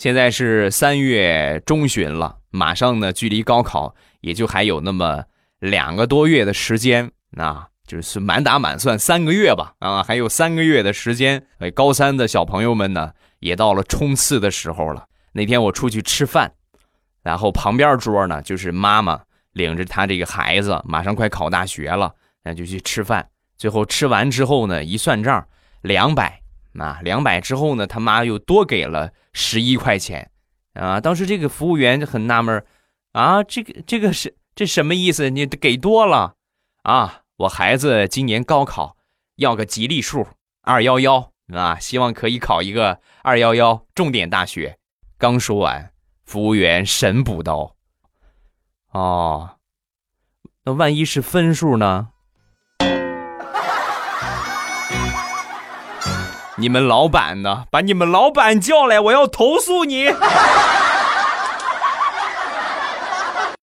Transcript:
现在是3月中旬了，马上呢距离高考也就还有那么2个多月的时间啊，就是满打满算3个月吧啊，还有3个月的时间。高3的小朋友们呢也到了冲刺的时候了。那天我出去吃饭，然后旁边桌呢就是妈妈领着她这个孩子马上快考大学了，那就去吃饭。最后吃完之后呢，一算账200啊，200之后呢，他妈又多给了11块钱啊。当时这个服务员就很纳闷啊，这什么意思？你给多了啊？我孩子今年高考要个吉利数211啊，希望可以考一个211重点大学。刚说完，服务员神补刀。哦，那万一是分数呢？你们老板呢？把你们老板叫来，我要投诉你！